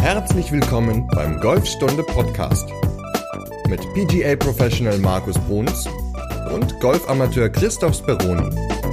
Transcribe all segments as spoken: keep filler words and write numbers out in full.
Herzlich willkommen beim Golfstunde Podcast mit P G A-Professional Markus Bruns und Golfamateur Christoph Speroni.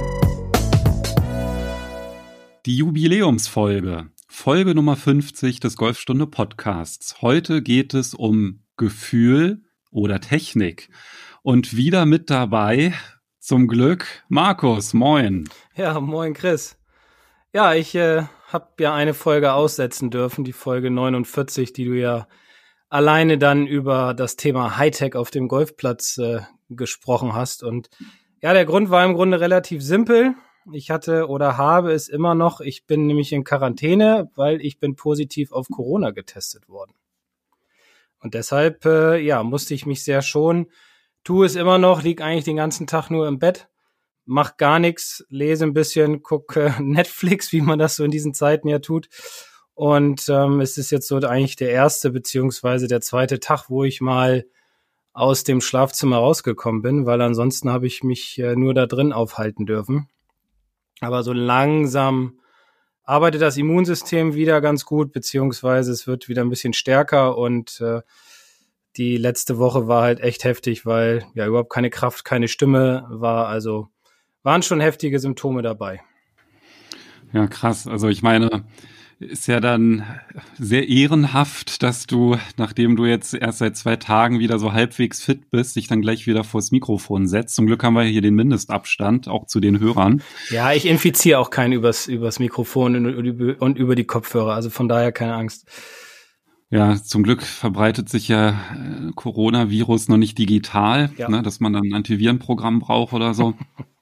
Die Jubiläumsfolge, Folge Nummer fünfzig des Golfstunde Podcasts. Heute geht es um Gefühl oder Technik. Und wieder mit dabei, zum Glück, Markus. Moin. Ja, moin Chris. Ja, ich äh, habe ja eine Folge aussetzen dürfen, die Folge neunundvierzig, die du ja alleine dann über das Thema Hightech auf dem Golfplatz äh, gesprochen hast. Und ja, der Grund war im Grunde relativ simpel. Ich hatte oder habe es immer noch, ich bin nämlich in Quarantäne, weil ich bin positiv auf Corona getestet worden. Und deshalb, äh, ja, musste ich mich sehr schonen. Tue es immer noch, lieg eigentlich den ganzen Tag nur im Bett. Mach gar nichts, lese ein bisschen, gucke Netflix, wie man das so in diesen Zeiten ja tut. Und ähm, es ist jetzt so eigentlich der erste beziehungsweise der zweite Tag, wo ich mal aus dem Schlafzimmer rausgekommen bin, weil ansonsten habe ich mich äh, nur da drin aufhalten dürfen. Aber so langsam arbeitet das Immunsystem wieder ganz gut, beziehungsweise es wird wieder ein bisschen stärker und äh, die letzte Woche war halt echt heftig, weil ja überhaupt keine Kraft, keine Stimme war, also waren schon heftige Symptome dabei. Ja, krass. Also ich meine, ist ja dann sehr ehrenhaft, dass du, nachdem du jetzt erst seit zwei Tagen wieder so halbwegs fit bist, dich dann gleich wieder vors Mikrofon setzt. Zum Glück haben wir hier den Mindestabstand, auch zu den Hörern. Ja, ich infiziere auch keinen übers, übers Mikrofon und über die Kopfhörer, also von daher keine Angst. Ja, zum Glück verbreitet sich ja äh, Coronavirus noch nicht digital, ja. ne, dass man dann ein Antivirenprogramm braucht oder so.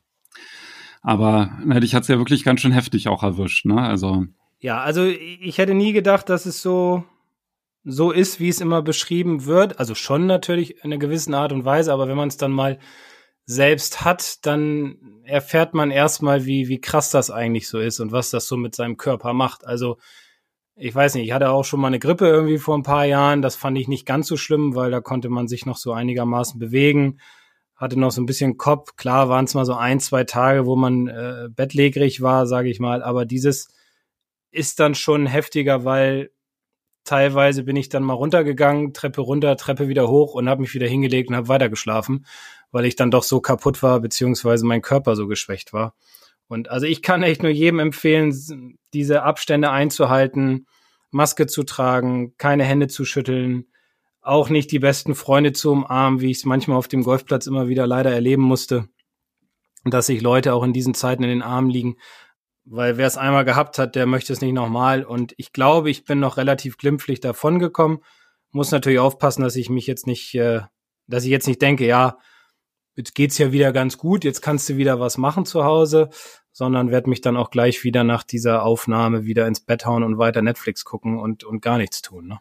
Aber na, dich hat's ja wirklich ganz schön heftig auch erwischt, ne? Also ja, also ich hätte nie gedacht, dass es so so ist, wie es immer beschrieben wird. Also schon natürlich in einer gewissen Art und Weise, aber wenn man es dann mal selbst hat, dann erfährt man erstmal, wie wie krass das eigentlich so ist und was das so mit seinem Körper macht. Also ich weiß nicht, ich hatte auch schon mal eine Grippe irgendwie vor ein paar Jahren. Das fand ich nicht ganz so schlimm, weil da konnte man sich noch so einigermaßen bewegen. Hatte noch so ein bisschen Kopf. Klar waren es mal so ein, zwei Tage, wo man äh, bettlägerig war, sage ich mal. Aber dieses ist dann schon heftiger, weil teilweise bin ich dann mal runtergegangen, Treppe runter, Treppe wieder hoch und habe mich wieder hingelegt und habe weiter geschlafen, weil ich dann doch so kaputt war, beziehungsweise mein Körper so geschwächt war. Und also ich kann echt nur jedem empfehlen, diese Abstände einzuhalten, Maske zu tragen, keine Hände zu schütteln, auch nicht die besten Freunde zu umarmen, wie ich es manchmal auf dem Golfplatz immer wieder leider erleben musste, dass sich Leute auch in diesen Zeiten in den Armen liegen, weil wer es einmal gehabt hat, der möchte es nicht nochmal. Und ich glaube, ich bin noch relativ glimpflich davongekommen. Muss natürlich aufpassen, dass ich mich jetzt nicht, äh, dass ich jetzt nicht denke, ja, jetzt geht's ja wieder ganz gut, jetzt kannst du wieder was machen zu Hause, sondern werde mich dann auch gleich wieder nach dieser Aufnahme wieder ins Bett hauen und weiter Netflix gucken und und gar nichts tun, ne?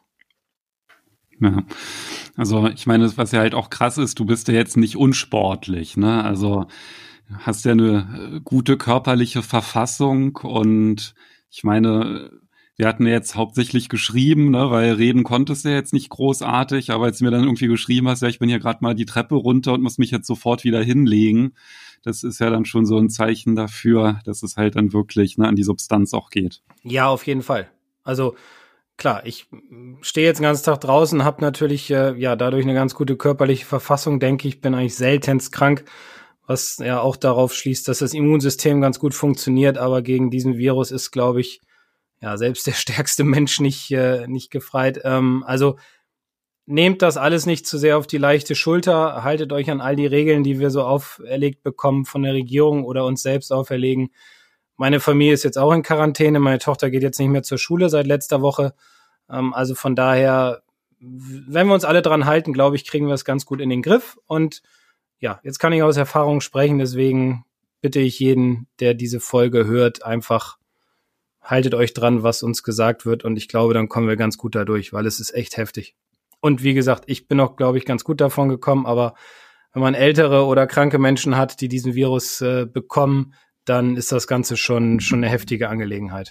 Ja, also ich meine, was ja halt auch krass ist, du bist ja jetzt nicht unsportlich, ne? Also hast ja eine gute körperliche Verfassung und ich meine, wir hatten ja jetzt hauptsächlich geschrieben, ne, weil reden konntest du ja jetzt nicht großartig, aber als du mir dann irgendwie geschrieben hast, ja, ich bin hier gerade mal die Treppe runter und muss mich jetzt sofort wieder hinlegen, das ist ja dann schon so ein Zeichen dafür, dass es halt dann wirklich ne, an die Substanz auch geht. Ja, auf jeden Fall. Also klar, ich stehe jetzt den ganzen Tag draußen, habe natürlich äh, ja dadurch eine ganz gute körperliche Verfassung, denke ich, bin eigentlich seltenst krank, was ja auch darauf schließt, dass das Immunsystem ganz gut funktioniert, aber gegen diesen Virus ist, glaube ich, ja selbst der stärkste Mensch nicht äh, nicht gefeit. Ähm, also nehmt das alles nicht zu sehr auf die leichte Schulter, haltet euch an all die Regeln, die wir so auferlegt bekommen von der Regierung oder uns selbst auferlegen. Meine Familie ist jetzt auch in Quarantäne, meine Tochter geht jetzt nicht mehr zur Schule seit letzter Woche. Ähm, also von daher, wenn wir uns alle dran halten, glaube ich, kriegen wir es ganz gut in den Griff. Und ja, jetzt kann ich aus Erfahrung sprechen, deswegen bitte ich jeden, der diese Folge hört, einfach haltet euch dran, was uns gesagt wird. Und ich glaube, dann kommen wir ganz gut dadurch, weil es ist echt heftig. Und wie gesagt, ich bin auch, glaube ich, ganz gut davon gekommen. Aber wenn man ältere oder kranke Menschen hat, die diesen Virus äh, bekommen, dann ist das Ganze schon schon eine heftige Angelegenheit.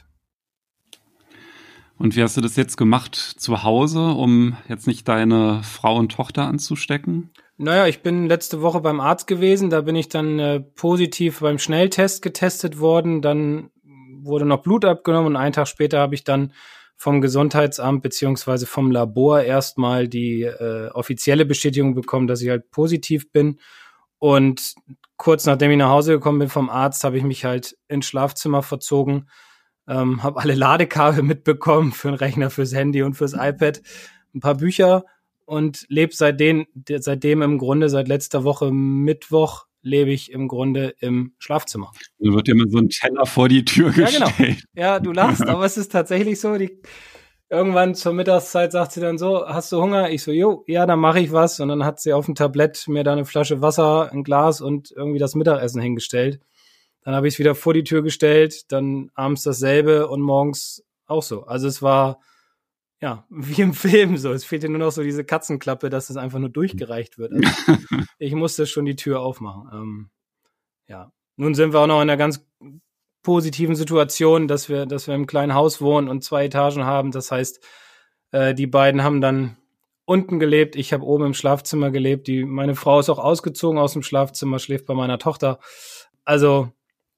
Und wie hast du das jetzt gemacht zu Hause, um jetzt nicht deine Frau und Tochter anzustecken? Naja, ich bin letzte Woche beim Arzt gewesen, da bin ich dann äh, positiv beim Schnelltest getestet worden, dann wurde noch Blut abgenommen und einen Tag später habe ich dann vom Gesundheitsamt beziehungsweise vom Labor erstmal die äh, offizielle Bestätigung bekommen, dass ich halt positiv bin. Und kurz nachdem ich nach Hause gekommen bin vom Arzt, habe ich mich halt ins Schlafzimmer verzogen, ähm, habe alle Ladekabel mitbekommen für den Rechner, fürs Handy und fürs iPad, ein paar Bücher und lebe seitdem, seitdem im Grunde, seit letzter Woche Mittwoch, lebe ich im Grunde im Schlafzimmer. Dann wird dir mal so ein Teller vor die Tür Ja, gestellt. genau. Ja, du lachst, aber es ist tatsächlich so. Die, irgendwann zur Mittagszeit sagt sie dann so, hast du Hunger? Ich so, jo, ja, dann mache ich was. Und dann hat sie auf dem Tablett mir da eine Flasche Wasser, ein Glas und irgendwie das Mittagessen hingestellt. Dann habe ich es wieder vor die Tür gestellt, dann abends dasselbe und morgens auch so. Also es war, ja, wie im Film so. Es fehlte nur noch so diese Katzenklappe, dass es einfach nur durchgereicht wird. Also ich musste schon die Tür aufmachen. Ähm, ja, nun sind wir auch noch in einer ganz positiven Situation, dass wir, dass wir im kleinen Haus wohnen und zwei Etagen haben. Das heißt, äh, die beiden haben dann unten gelebt. Ich habe oben im Schlafzimmer gelebt. Die, meine Frau ist auch ausgezogen aus dem Schlafzimmer, schläft bei meiner Tochter. Also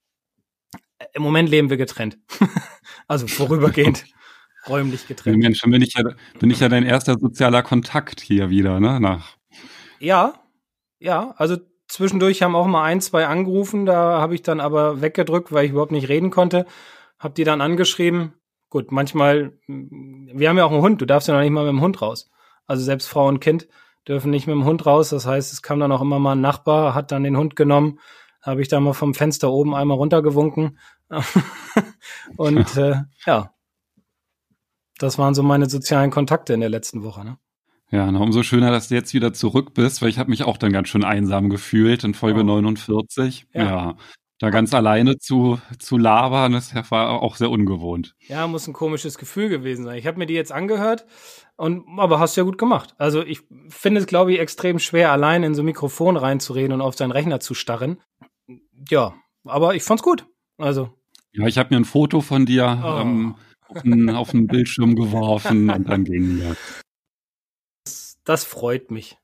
im Moment leben wir getrennt. Also vorübergehend. Räumlich getrennt. Mensch, dann bin ich ja, bin ich ja dein erster sozialer Kontakt hier wieder, ne? Nach. Ja, ja, also zwischendurch haben auch mal ein, zwei angerufen, da habe ich dann aber weggedrückt, weil ich überhaupt nicht reden konnte. Hab die dann angeschrieben. Gut, manchmal, wir haben ja auch einen Hund, du darfst ja noch nicht mal mit dem Hund raus. Also selbst Frau und Kind dürfen nicht mit dem Hund raus. Das heißt, es kam dann auch immer mal ein Nachbar, hat dann den Hund genommen, habe ich da mal vom Fenster oben einmal runtergewunken. Und äh, ja, das waren so meine sozialen Kontakte in der letzten Woche, ne? Ja, na, umso schöner, dass du jetzt wieder zurück bist, weil ich habe mich auch dann ganz schön einsam gefühlt in Folge oh. neunundvierzig. Ja. ja, da ganz alleine zu zu labern, das war auch sehr ungewohnt. Ja, muss ein komisches Gefühl gewesen sein. Ich habe mir die jetzt angehört, und aber hast ja gut gemacht. Also ich finde es, glaube ich, extrem schwer, allein in so ein Mikrofon reinzureden und auf seinen Rechner zu starren. Ja, aber ich fand's gut. Also ja, ich habe mir ein Foto von dir oh. ähm, auf den, auf den Bildschirm geworfen und dann ging das. Das, das freut mich.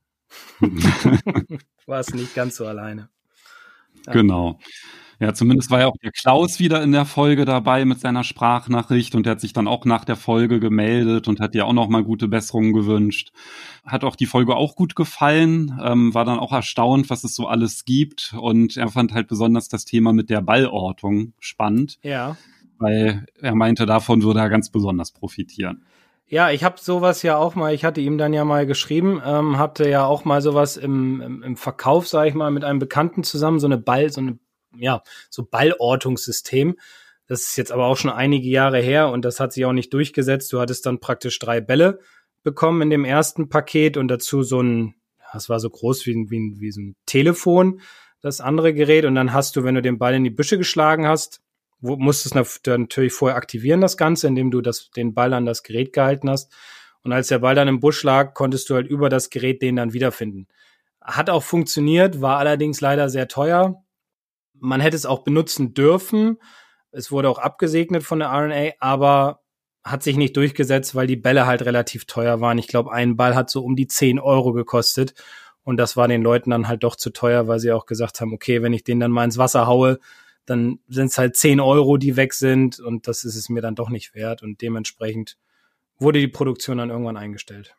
War es nicht ganz so alleine. Ja. Genau. Ja, zumindest war ja auch der Klaus wieder in der Folge dabei mit seiner Sprachnachricht und der hat sich dann auch nach der Folge gemeldet und hat dir auch noch mal gute Besserungen gewünscht. Hat auch die Folge auch gut gefallen, ähm, war dann auch erstaunt, was es so alles gibt, und er fand halt besonders das Thema mit der Ballortung spannend. Ja. Weil er meinte, davon würde er ganz besonders profitieren. Ja, ich habe sowas ja auch mal, ich hatte ihm dann ja mal geschrieben, ähm, hatte ja auch mal sowas im, im, im Verkauf, sage ich mal, mit einem Bekannten zusammen, so eine Ball, so eine, ja, so Ballortungssystem. Das ist jetzt aber auch schon einige Jahre her und das hat sich auch nicht durchgesetzt. Du hattest dann praktisch drei Bälle bekommen in dem ersten Paket und dazu so ein, das war so groß wie, wie, wie so ein Telefon, das andere Gerät, und dann hast du, wenn du den Ball in die Büsche geschlagen hast, wo musstest du dann natürlich vorher aktivieren, das Ganze, indem du das, den Ball an das Gerät gehalten hast. Und als der Ball dann im Busch lag, konntest du halt über das Gerät den dann wiederfinden. Hat auch funktioniert, war allerdings leider sehr teuer. Man hätte es auch benutzen dürfen. Es wurde auch abgesegnet von der R N A, aber hat sich nicht durchgesetzt, weil die Bälle halt relativ teuer waren. Ich glaube, ein Ball hat so um die zehn Euro gekostet. Und das war den Leuten dann halt doch zu teuer, weil sie auch gesagt haben, okay, wenn ich den dann mal ins Wasser haue, dann sind es halt zehn Euro, die weg sind, und das ist es mir dann doch nicht wert, und dementsprechend wurde die Produktion dann irgendwann eingestellt.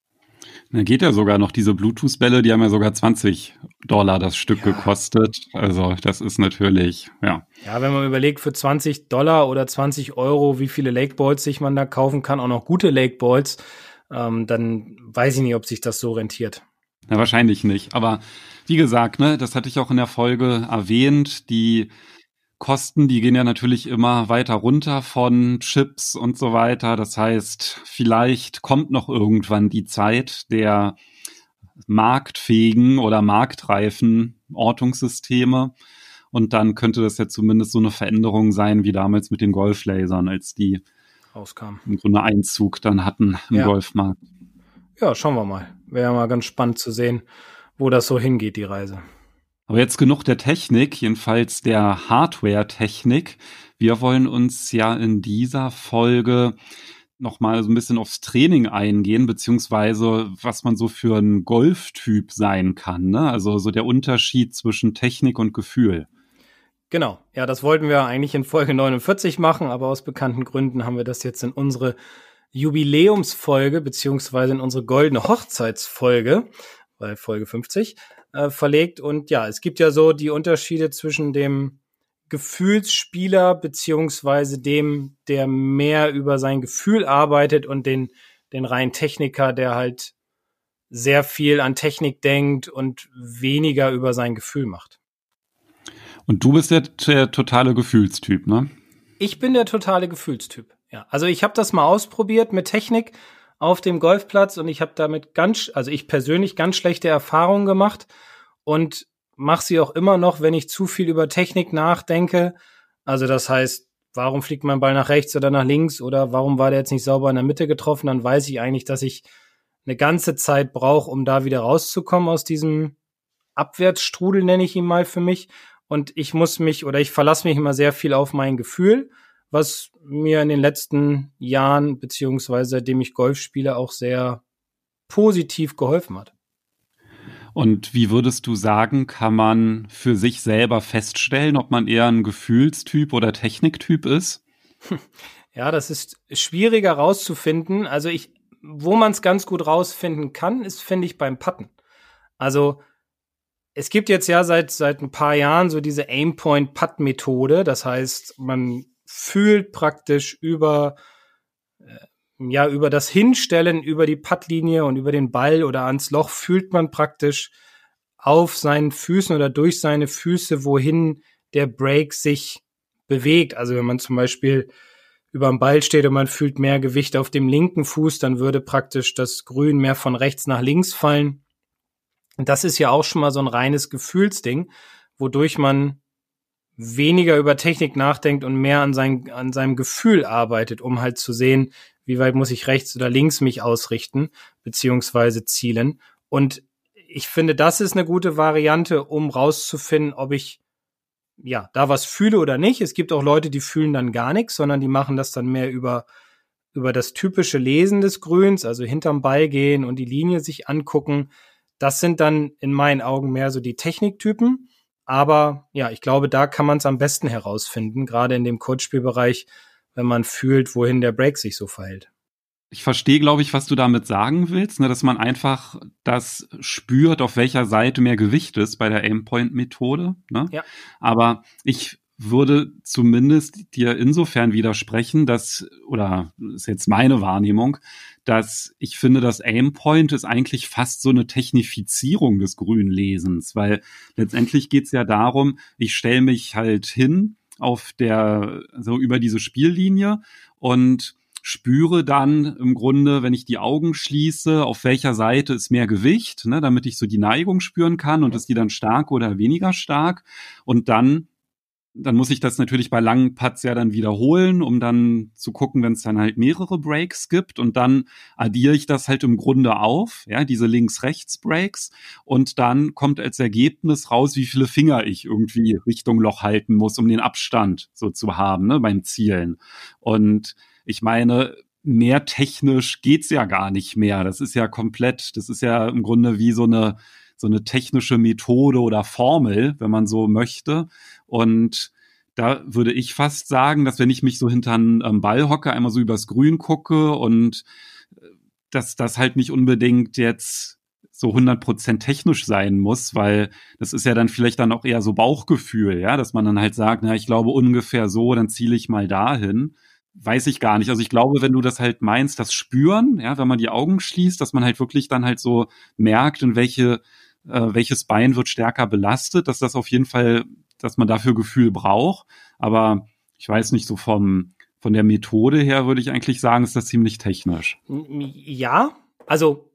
Da geht ja sogar noch, diese Bluetooth-Bälle, die haben ja sogar zwanzig Dollar das Stück ja. gekostet, also das ist natürlich, ja. Ja, wenn man überlegt, für zwanzig Dollar oder zwanzig Euro, wie viele Lakeballs sich man da kaufen kann, auch noch gute Lakeballs, ähm, dann weiß ich nicht, ob sich das so rentiert. Ja, wahrscheinlich nicht, aber wie gesagt, ne, das hatte ich auch in der Folge erwähnt, die Kosten, die gehen ja natürlich immer weiter runter von Chips und so weiter. Das heißt, vielleicht kommt noch irgendwann die Zeit der marktfähigen oder marktreifen Ortungssysteme. Und dann könnte das ja zumindest so eine Veränderung sein, wie damals mit den Golflasern, als die rauskamen. Im Grunde Einzug dann hatten im ja. Golfmarkt. Ja, schauen wir mal. Wäre ja mal ganz spannend zu sehen, wo das so hingeht, die Reise. Aber jetzt genug der Technik, jedenfalls der Hardware-Technik. Wir wollen uns ja in dieser Folge nochmal so ein bisschen aufs Training eingehen, beziehungsweise was man so für ein Golftyp sein kann, ne? Also so der Unterschied zwischen Technik und Gefühl. Genau, ja, das wollten wir eigentlich in Folge neunundvierzig machen, aber aus bekannten Gründen haben wir das jetzt in unsere Jubiläumsfolge beziehungsweise in unsere goldene Hochzeitsfolge bei Folge fünfzig äh, verlegt. Und ja, es gibt ja so die Unterschiede zwischen dem Gefühlsspieler beziehungsweise dem, der mehr über sein Gefühl arbeitet und den, den reinen Techniker, der halt sehr viel an Technik denkt und weniger über sein Gefühl macht. Und du bist der, der totale Gefühlstyp, ne? Ich bin der totale Gefühlstyp, ja. Also ich habe das mal ausprobiert mit Technik auf dem Golfplatz und ich habe damit ganz, also ich persönlich ganz schlechte Erfahrungen gemacht und mache sie auch immer noch, wenn ich zu viel über Technik nachdenke. Also das heißt, warum fliegt mein Ball nach rechts oder nach links oder warum war der jetzt nicht sauber in der Mitte getroffen? Dann weiß ich eigentlich, dass ich eine ganze Zeit brauche, um da wieder rauszukommen aus diesem Abwärtsstrudel, nenne ich ihn mal für mich. Und ich muss mich oder ich verlasse mich immer sehr viel auf mein Gefühl, was mir in den letzten Jahren, beziehungsweise seitdem ich Golf spiele, auch sehr positiv geholfen hat. Und wie würdest du sagen, kann man für sich selber feststellen, ob man eher ein Gefühlstyp oder Techniktyp ist? Ja, das ist schwieriger rauszufinden. Also ich, wo man es ganz gut rausfinden kann, ist, finde ich, beim Putten. Also es gibt jetzt ja seit seit ein paar Jahren so diese Aimpoint-Putt-Methode. Das heißt, man fühlt praktisch über äh, ja über das Hinstellen über die Puttlinie und über den Ball oder ans Loch fühlt man praktisch auf seinen Füßen oder durch seine Füße, wohin der Break sich bewegt. Also wenn man zum Beispiel über dem Ball steht und man fühlt mehr Gewicht auf dem linken Fuß, dann würde praktisch das Grün mehr von rechts nach links fallen. Und das ist ja auch schon mal so ein reines Gefühlsding, wodurch man weniger über Technik nachdenkt und mehr an, sein, an seinem Gefühl arbeitet, um halt zu sehen, wie weit muss ich rechts oder links mich ausrichten, beziehungsweise zielen. Und ich finde, das ist eine gute Variante, um rauszufinden, ob ich ja da was fühle oder nicht. Es gibt auch Leute, die fühlen dann gar nichts, sondern die machen das dann mehr über, über das typische Lesen des Grüns, also hinterm Ball gehen und die Linie sich angucken. Das sind dann in meinen Augen mehr so die Techniktypen. Aber ja, ich glaube, da kann man es am besten herausfinden, gerade in dem Coachspielbereich, wenn man fühlt, wohin der Break sich so verhält. Ich verstehe, glaube ich, was du damit sagen willst, ne, dass man einfach das spürt, auf welcher Seite mehr Gewicht ist bei der Aimpoint-Methode. Ne? Ja. Aber ich würde zumindest dir insofern widersprechen, dass, oder ist jetzt meine Wahrnehmung, dass ich finde, das Aimpoint ist eigentlich fast so eine Technifizierung des Grünlesens, weil letztendlich geht's ja darum, ich stelle mich halt hin auf der, so über diese Spiellinie und spüre dann im Grunde, wenn ich die Augen schließe, auf welcher Seite ist mehr Gewicht, ne, damit ich so die Neigung spüren kann und ist die dann stark oder weniger stark und dann Dann muss ich das natürlich bei langen Putts ja dann wiederholen, um dann zu gucken, wenn es dann halt mehrere Breaks gibt. Und dann addiere ich das halt im Grunde auf, ja, diese Links-Rechts-Breaks. Und dann kommt als Ergebnis raus, wie viele Finger ich irgendwie Richtung Loch halten muss, um den Abstand so zu haben, ne, beim Zielen. Und ich meine, mehr technisch geht's ja gar nicht mehr. Das ist ja komplett, das ist ja im Grunde wie so eine so eine technische Methode oder Formel, wenn man so möchte. Und da würde ich fast sagen, dass wenn ich mich so hinter einen Ball hocke, einmal so übers Grün gucke und dass das halt nicht unbedingt jetzt so hundert Prozent technisch sein muss, weil das ist ja dann vielleicht dann auch eher so Bauchgefühl, ja, dass man dann halt sagt, na, ich glaube ungefähr so, dann ziele ich mal dahin. Weiß ich gar nicht. Also ich glaube, wenn du das halt meinst, das Spüren, ja, wenn man die Augen schließt, dass man halt wirklich dann halt so merkt, in welche Äh, welches Bein wird stärker belastet, dass das auf jeden Fall, dass man dafür Gefühl braucht. Aber ich weiß nicht, so vom von der Methode her würde ich eigentlich sagen, ist das ziemlich technisch. Ja, also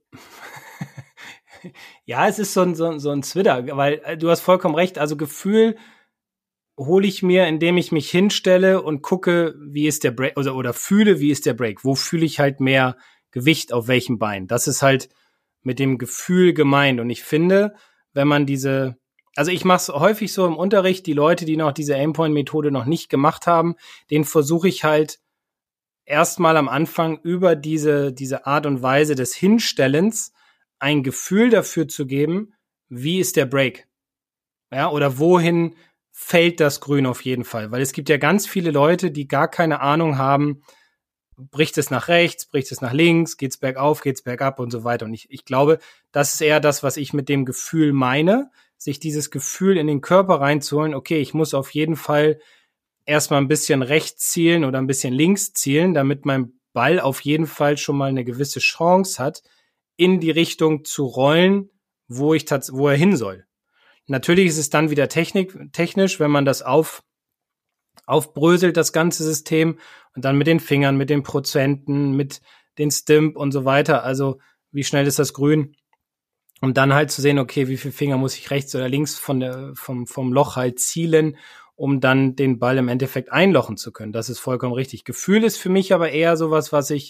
ja, es ist so ein, so ein, so ein Zwitter, weil du hast vollkommen recht. Also Gefühl hole ich mir, indem ich mich hinstelle und gucke, wie ist der Break, oder, oder fühle, wie ist der Break. Wo fühle ich halt mehr Gewicht auf welchem Bein? Das ist halt mit dem Gefühl gemeint. Und ich finde, wenn man diese, also ich mache es häufig so im Unterricht, die Leute, die noch diese Aimpoint-Methode noch nicht gemacht haben, den versuche ich halt erstmal am Anfang über diese, diese Art und Weise des Hinstellens ein Gefühl dafür zu geben, wie ist der Break? Ja, oder wohin fällt das Grün auf jeden Fall. Weil es gibt ja ganz viele Leute, die gar keine Ahnung haben, bricht es nach rechts, bricht es nach links, geht's bergauf, geht's bergab und so weiter. Und ich, ich glaube, das ist eher das, was ich mit dem Gefühl meine, sich dieses Gefühl in den Körper reinzuholen, okay, ich muss auf jeden Fall erstmal ein bisschen rechts zielen oder ein bisschen links zielen, damit mein Ball auf jeden Fall schon mal eine gewisse Chance hat, in die Richtung zu rollen, wo ich tats- wo er hin soll. Natürlich ist es dann wieder Technik, technisch, wenn man das auf, aufbröselt, das ganze System, und dann mit den Fingern, mit den Prozenten, mit den Stimp und so weiter. Also, wie schnell ist das Grün? Um dann halt zu sehen, okay, wie viele Finger muss ich rechts oder links von der, vom, vom Loch halt zielen, um dann den Ball im Endeffekt einlochen zu können. Das ist vollkommen richtig. Gefühl ist für mich aber eher sowas, was ich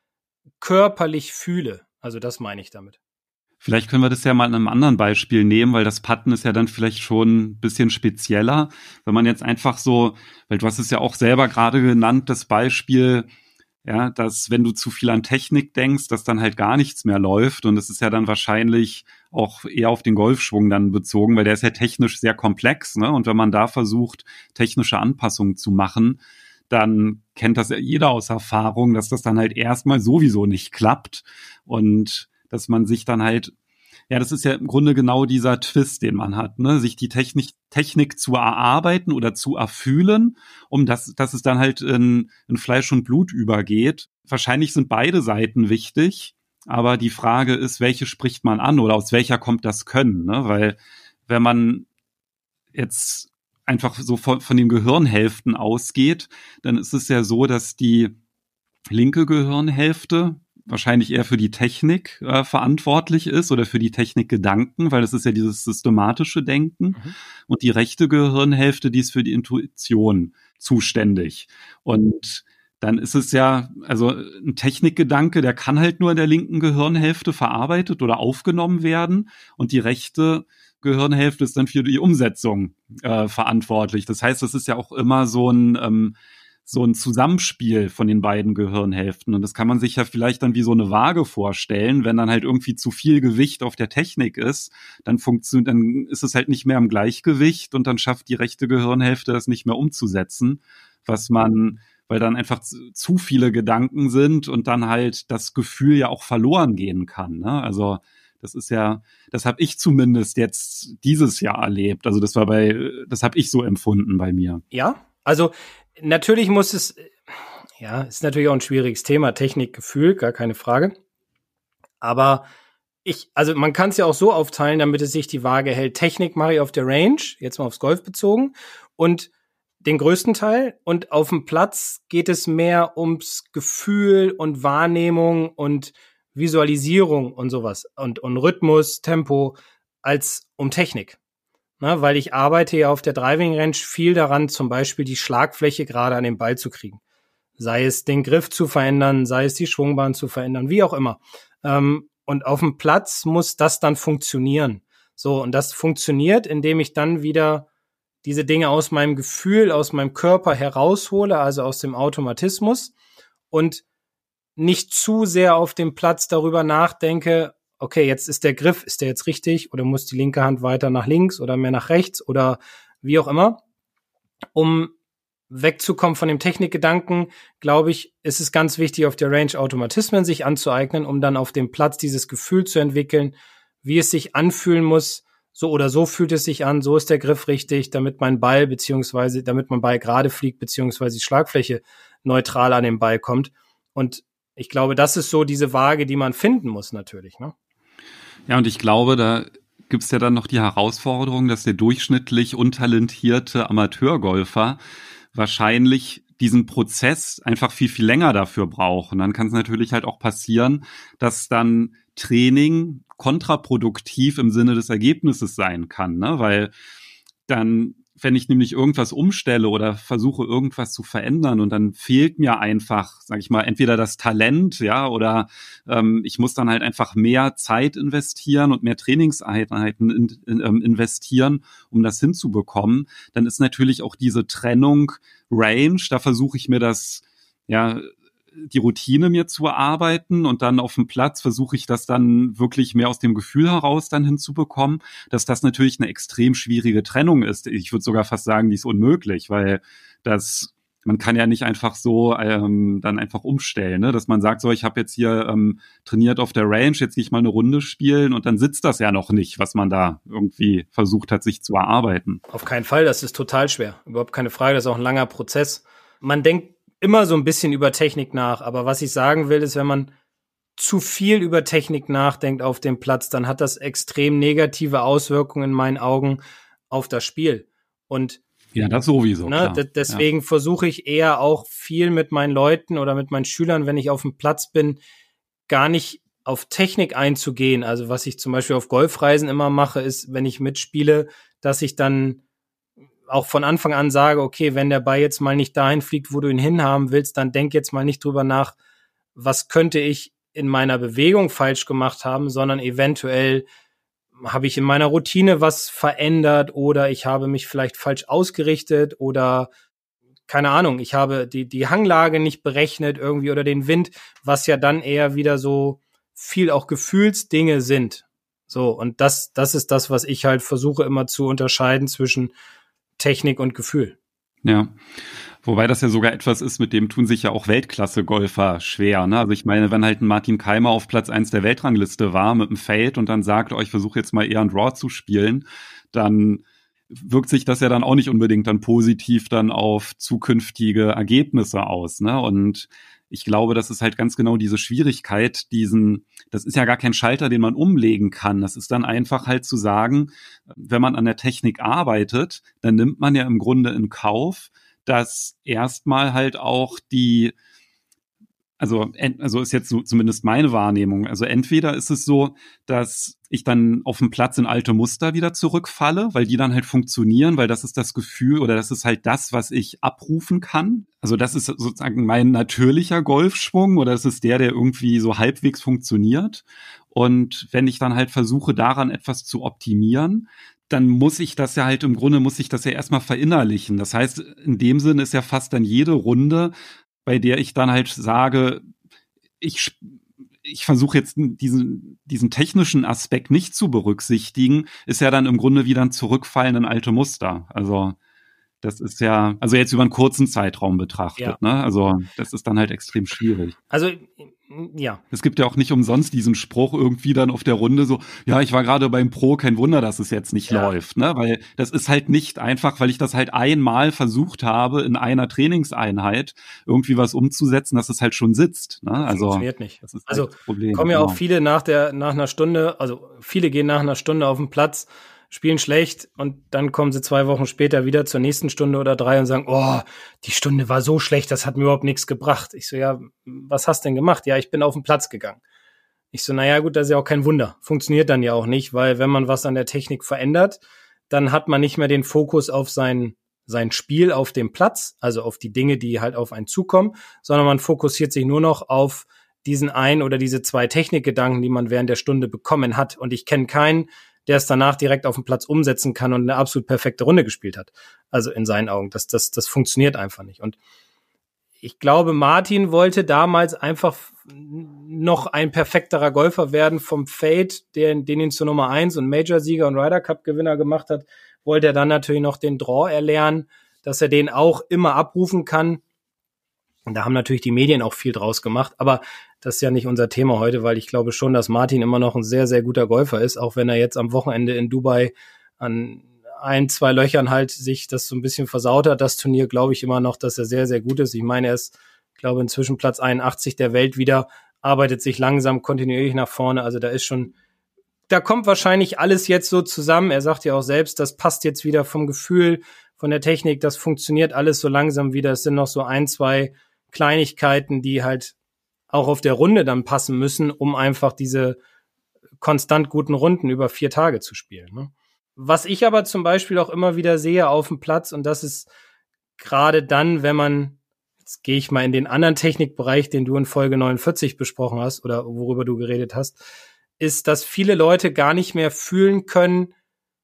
körperlich fühle. Also, das meine ich damit. Vielleicht können wir das ja mal in einem anderen Beispiel nehmen, weil das Putten ist ja dann vielleicht schon ein bisschen spezieller. Wenn man jetzt einfach so, weil du hast es ja auch selber gerade genannt, das Beispiel, ja, dass wenn du zu viel an Technik denkst, dass dann halt gar nichts mehr läuft. Und das ist ja dann wahrscheinlich auch eher auf den Golfschwung dann bezogen, weil der ist ja technisch sehr komplex, ne? Und wenn man da versucht, technische Anpassungen zu machen, dann kennt das ja jeder aus Erfahrung, dass das dann halt erstmal sowieso nicht klappt. Und dass man sich dann halt, ja, das ist ja im Grunde genau dieser Twist, den man hat, ne, sich die Technik, Technik zu erarbeiten oder zu erfühlen, um das, dass es dann halt in, in Fleisch und Blut übergeht. Wahrscheinlich sind beide Seiten wichtig, aber die Frage ist, welche spricht man an oder aus welcher kommt das Können, ne, weil wenn man jetzt einfach so von, von den Gehirnhälften ausgeht, dann ist es ja so, dass die linke Gehirnhälfte wahrscheinlich eher für die Technik äh, verantwortlich ist oder für die Technikgedanken, weil das ist ja dieses systematische Denken. Mhm. Und die rechte Gehirnhälfte, die ist für die Intuition zuständig. Und dann ist es ja, also ein Technikgedanke, der kann halt nur in der linken Gehirnhälfte verarbeitet oder aufgenommen werden. Und die rechte Gehirnhälfte ist dann für die Umsetzung äh, verantwortlich. Das heißt, das ist ja auch immer so ein ähm, so ein Zusammenspiel von den beiden Gehirnhälften. Und das kann man sich ja vielleicht dann wie so eine Waage vorstellen. Wenn dann halt irgendwie zu viel Gewicht auf der Technik ist, dann funktioniert, dann ist es halt nicht mehr im Gleichgewicht und dann schafft die rechte Gehirnhälfte das nicht mehr umzusetzen, was man, weil dann einfach zu viele Gedanken sind und dann halt das Gefühl ja auch verloren gehen kann, ne? Also das ist ja, das habe ich zumindest jetzt dieses Jahr erlebt. Also das war bei, das habe ich so empfunden bei mir. Ja, also natürlich muss es, ja, ist natürlich auch ein schwieriges Thema, Technik, Gefühl, gar keine Frage. Aber ich, also man kann es ja auch so aufteilen, damit es sich die Waage hält. Technik mache ich auf der Range, jetzt mal aufs Golf bezogen, und den größten Teil. Und auf dem Platz geht es mehr ums Gefühl und Wahrnehmung und Visualisierung und sowas. Und, und Rhythmus, Tempo, als um Technik. Na, weil ich arbeite ja auf der Driving Range viel daran, zum Beispiel die Schlagfläche gerade an den Ball zu kriegen. Sei es den Griff zu verändern, sei es die Schwungbahn zu verändern, wie auch immer. Ähm, und auf dem Platz muss das dann funktionieren. So, und das funktioniert, indem ich dann wieder diese Dinge aus meinem Gefühl, aus meinem Körper heraushole, also aus dem Automatismus, und nicht zu sehr auf dem Platz darüber nachdenke, okay, jetzt ist der Griff, ist der jetzt richtig oder muss die linke Hand weiter nach links oder mehr nach rechts oder wie auch immer. Um wegzukommen von dem Technikgedanken, glaube ich, ist es ganz wichtig, auf der Range Automatismen sich anzueignen, um dann auf dem Platz dieses Gefühl zu entwickeln, wie es sich anfühlen muss, so oder so fühlt es sich an, so ist der Griff richtig, damit mein Ball beziehungsweise damit mein Ball gerade fliegt, beziehungsweise die Schlagfläche neutral an den Ball kommt. Und ich glaube, das ist so diese Waage, die man finden muss natürlich, ne? Ja, und ich glaube, da gibt's ja dann noch die Herausforderung, dass der durchschnittlich untalentierte Amateurgolfer wahrscheinlich diesen Prozess einfach viel, viel länger dafür braucht. Und dann kann es natürlich halt auch passieren, dass dann Training kontraproduktiv im Sinne des Ergebnisses sein kann, ne? Weil dann, wenn ich nämlich irgendwas umstelle oder versuche, irgendwas zu verändern und dann fehlt mir einfach, sag ich mal, entweder das Talent, ja, oder ähm, ich muss dann halt einfach mehr Zeit investieren und mehr Trainingseinheiten in, in, in, investieren, um das hinzubekommen, dann ist natürlich auch diese Trennung Range, da versuche ich mir das, ja, die Routine mir zu erarbeiten und dann auf dem Platz versuche ich das dann wirklich mehr aus dem Gefühl heraus dann hinzubekommen, dass das natürlich eine extrem schwierige Trennung ist. Ich würde sogar fast sagen, die ist unmöglich, weil das man kann ja nicht einfach so ähm, dann einfach umstellen, ne? Dass man sagt, so, ich habe jetzt hier ähm, trainiert auf der Range, jetzt gehe ich mal eine Runde spielen und dann sitzt das ja noch nicht, was man da irgendwie versucht hat, sich zu erarbeiten. Auf keinen Fall, das ist total schwer. Überhaupt keine Frage, das ist auch ein langer Prozess. Man denkt immer so ein bisschen über Technik nach, aber was ich sagen will, ist, wenn man zu viel über Technik nachdenkt auf dem Platz, dann hat das extrem negative Auswirkungen in meinen Augen auf das Spiel. Und ja, das sowieso. Ne, d- deswegen ja. versuche ich eher auch viel mit meinen Leuten oder mit meinen Schülern, wenn ich auf dem Platz bin, gar nicht auf Technik einzugehen. Also was ich zum Beispiel auf Golfreisen immer mache, ist, wenn ich mitspiele, dass ich dann auch von Anfang an sage, okay, wenn der Ball jetzt mal nicht dahin fliegt, wo du ihn hinhaben willst, dann denk jetzt mal nicht drüber nach, was könnte ich in meiner Bewegung falsch gemacht haben, sondern eventuell habe ich in meiner Routine was verändert oder ich habe mich vielleicht falsch ausgerichtet oder keine Ahnung, ich habe die, die Hanglage nicht berechnet irgendwie oder den Wind, was ja dann eher wieder so viel auch Gefühlsdinge sind. So, und das, das ist das, was ich halt versuche immer zu unterscheiden zwischen Technik und Gefühl. Ja. Wobei das ja sogar etwas ist, mit dem tun sich ja auch Weltklasse-Golfer schwer, ne? Also ich meine, wenn halt ein Martin Keimer auf Platz eins der Weltrangliste war mit einem Fade und dann sagt, oh, ich versuche jetzt mal eher ein Draw zu spielen, dann wirkt sich das ja dann auch nicht unbedingt dann positiv dann auf zukünftige Ergebnisse aus, ne? Und ich glaube, das ist halt ganz genau diese Schwierigkeit, diesen, das ist ja gar kein Schalter, den man umlegen kann. Das ist dann einfach halt zu sagen, wenn man an der Technik arbeitet, dann nimmt man ja im Grunde in Kauf, dass erstmal halt auch die, also, also ist jetzt so zumindest meine Wahrnehmung, also entweder ist es so, dass ich dann auf dem Platz in alte Muster wieder zurückfalle, weil die dann halt funktionieren, weil das ist das Gefühl oder das ist halt das, was ich abrufen kann. Also das ist sozusagen mein natürlicher Golfschwung oder das ist der, der irgendwie so halbwegs funktioniert. Und wenn ich dann halt versuche, daran etwas zu optimieren, dann muss ich das ja halt im Grunde, muss ich das ja erstmal verinnerlichen. Das heißt, in dem Sinne ist ja fast dann jede Runde, bei der ich dann halt sage, ich, ich versuche jetzt diesen, diesen technischen Aspekt nicht zu berücksichtigen, ist ja dann im Grunde wieder ein Zurückfallen in alte Muster. Also das ist ja, also jetzt über einen kurzen Zeitraum betrachtet, ja. ne? Also das ist dann halt extrem schwierig. Also ja. Es gibt ja auch nicht umsonst diesen Spruch irgendwie dann auf der Runde so, ja, ich war gerade beim Pro, kein Wunder, dass es jetzt nicht ja. läuft, ne? Weil das ist halt nicht einfach, weil ich das halt einmal versucht habe, in einer Trainingseinheit irgendwie was umzusetzen, dass es halt schon sitzt, ne? Das also funktioniert nicht. Das ist also halt das Problem. Kommen ja genau. auch viele nach der nach einer Stunde, also viele gehen nach einer Stunde auf den Platz, spielen schlecht und dann kommen sie zwei Wochen später wieder zur nächsten Stunde oder drei und sagen, oh, die Stunde war so schlecht, das hat mir überhaupt nichts gebracht. Ich so, ja, was hast du denn gemacht? Ja, ich bin auf den Platz gegangen. Ich so, naja gut, das ist ja auch kein Wunder. Funktioniert dann ja auch nicht, weil wenn man was an der Technik verändert, dann hat man nicht mehr den Fokus auf sein, sein Spiel auf dem Platz, also auf die Dinge, die halt auf einen zukommen, sondern man fokussiert sich nur noch auf diesen ein oder diese zwei Technikgedanken, die man während der Stunde bekommen hat. Und ich kenne keinen, der es danach direkt auf dem Platz umsetzen kann und eine absolut perfekte Runde gespielt hat. Also in seinen Augen. Das, das, das funktioniert einfach nicht. Und ich glaube, Martin wollte damals einfach noch ein perfekterer Golfer werden vom Fade, der, den ihn zur Nummer eins und Major-Sieger und Ryder Cup-Gewinner gemacht hat, wollte er dann natürlich noch den Draw erlernen, dass er den auch immer abrufen kann. Und da haben natürlich die Medien auch viel draus gemacht, aber das ist ja nicht unser Thema heute, weil ich glaube schon, dass Martin immer noch ein sehr, sehr guter Golfer ist, auch wenn er jetzt am Wochenende in Dubai an ein, zwei Löchern halt sich das so ein bisschen versaut hat. Das Turnier glaube ich immer noch, dass er sehr, sehr gut ist. Ich meine, er ist, glaube inzwischen Platz einundachtzig der Welt wieder, arbeitet sich langsam kontinuierlich nach vorne. Also da ist schon, da kommt wahrscheinlich alles jetzt so zusammen. Er sagt ja auch selbst, das passt jetzt wieder vom Gefühl, von der Technik, das funktioniert alles so langsam wieder. Es sind noch so ein, zwei Kleinigkeiten, die halt auch auf der Runde dann passen müssen, um einfach diese konstant guten Runden über vier Tage zu spielen. Ne? Was ich aber zum Beispiel auch immer wieder sehe auf dem Platz, und das ist gerade dann, wenn man, jetzt gehe ich mal in den anderen Technikbereich, den du in Folge neunundvierzig besprochen hast oder worüber du geredet hast, ist, dass viele Leute gar nicht mehr fühlen können,